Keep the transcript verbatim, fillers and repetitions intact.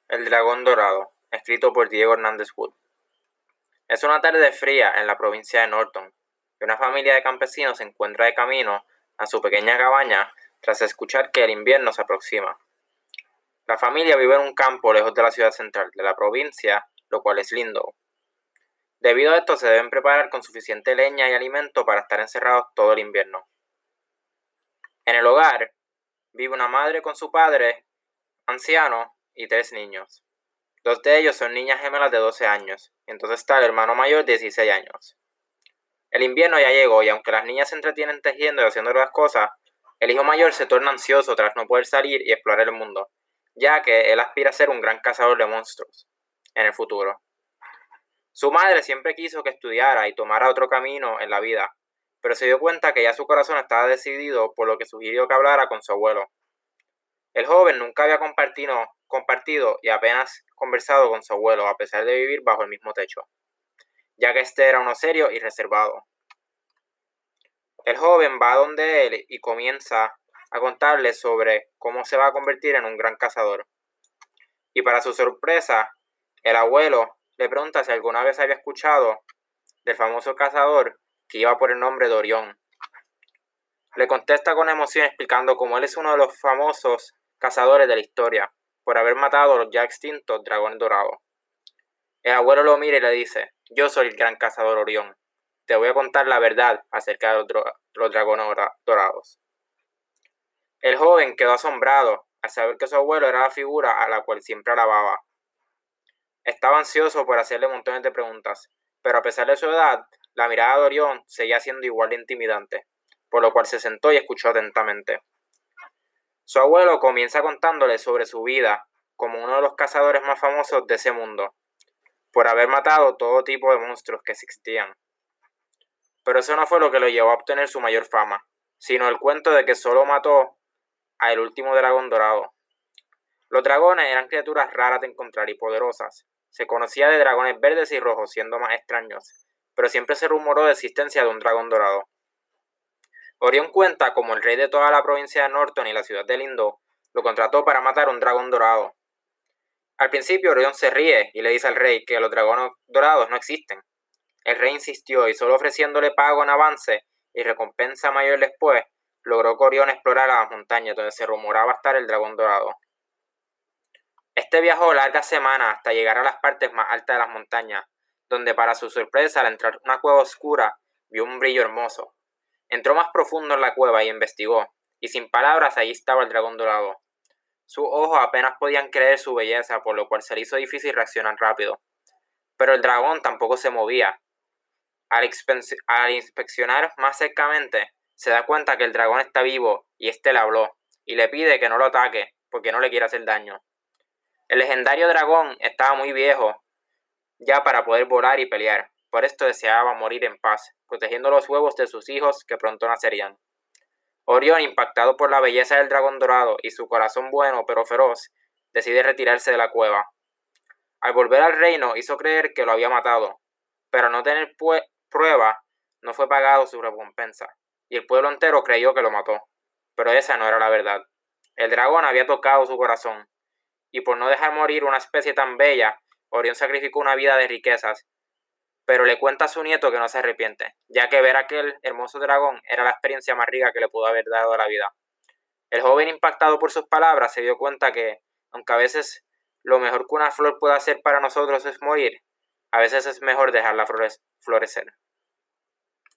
El dragón dorado, escrito por Diego Hernández Wood. Es una tarde fría en la provincia de Norton, y una familia de campesinos se encuentra de camino a su pequeña cabaña tras escuchar que el invierno se aproxima. La familia vive en un campo lejos de la ciudad central de la provincia, lo cual es lindo. Debido a esto se deben preparar con suficiente leña y alimento para estar encerrados todo el invierno. En el hogar vive una madre con su padre, anciano, y tres niños. Dos de ellos son niñas gemelas de doce años, y entonces está el hermano mayor de dieciséis años. El invierno ya llegó y aunque las niñas se entretienen tejiendo y haciendo las cosas, el hijo mayor se torna ansioso tras no poder salir y explorar el mundo, ya que él aspira a ser un gran cazador de monstruos en el futuro. Su madre siempre quiso que estudiara y tomara otro camino en la vida, pero se dio cuenta que ya su corazón estaba decidido, por lo que sugirió que hablara con su abuelo. El joven nunca había compartido, compartido y apenas conversado con su abuelo, a pesar de vivir bajo el mismo techo, ya que este era uno serio y reservado. El joven va donde él y comienza a contarle sobre cómo se va a convertir en un gran cazador. Y para su sorpresa, el abuelo le pregunta si alguna vez había escuchado del famoso cazador que iba por el nombre de Orión. Le contesta con emoción explicando cómo él es uno de los famosos cazadores de la historia, por haber matado a los ya extintos dragones dorados. El abuelo lo mira y le dice: yo soy el gran cazador Orión. Te voy a contar la verdad acerca de los, los dragones dorados. El joven quedó asombrado al saber que su abuelo era la figura a la cual siempre alababa. Estaba ansioso por hacerle montones de preguntas, pero a pesar de su edad, la mirada de Orión seguía siendo igual de intimidante, por lo cual se sentó y escuchó atentamente. Su abuelo comienza contándole sobre su vida como uno de los cazadores más famosos de ese mundo, por haber matado todo tipo de monstruos que existían. Pero eso no fue lo que lo llevó a obtener su mayor fama, sino el cuento de que solo mató al último dragón dorado. Los dragones eran criaturas raras de encontrar y poderosas. Se conocía de dragones verdes y rojos, siendo más extraños, pero siempre se rumoró de existencia de un dragón dorado. Orión cuenta como el rey de toda la provincia de Norton y la ciudad de Lindo lo contrató para matar a un dragón dorado. Al principio Orión se ríe y le dice al rey que los dragones dorados no existen. El rey insistió y solo ofreciéndole pago en avance y recompensa mayor después, logró que Orión explorara las montañas donde se rumoraba estar el dragón dorado. Este viajó largas semanas hasta llegar a las partes más altas de las montañas, donde para su sorpresa al entrar en una cueva oscura vio un brillo hermoso. Entró más profundo en la cueva y investigó, y sin palabras allí estaba el dragón dorado. Sus ojos apenas podían creer su belleza, por lo cual se le hizo difícil reaccionar rápido. Pero el dragón tampoco se movía. Al, al inspeccionar más cercamente, se da cuenta que el dragón está vivo y éste le habló, y le pide que no lo ataque, porque no le quiere hacer daño. El legendario dragón estaba muy viejo ya para poder volar y pelear, por esto deseaba morir en paz, protegiendo los huevos de sus hijos que pronto nacerían. Orión, impactado por la belleza del dragón dorado y su corazón bueno pero feroz, decide retirarse de la cueva. Al volver al reino hizo creer que lo había matado, pero al no tener prueba no fue pagado su recompensa, y el pueblo entero creyó que lo mató, pero esa no era la verdad. El dragón había tocado su corazón, y por no dejar morir una especie tan bella, Orión sacrificó una vida de riquezas, pero le cuenta a su nieto que no se arrepiente, ya que ver a aquel hermoso dragón era la experiencia más rica que le pudo haber dado a la vida. El joven, impactado por sus palabras, se dio cuenta que, aunque a veces lo mejor que una flor puede hacer para nosotros es morir, a veces es mejor dejarla florecer.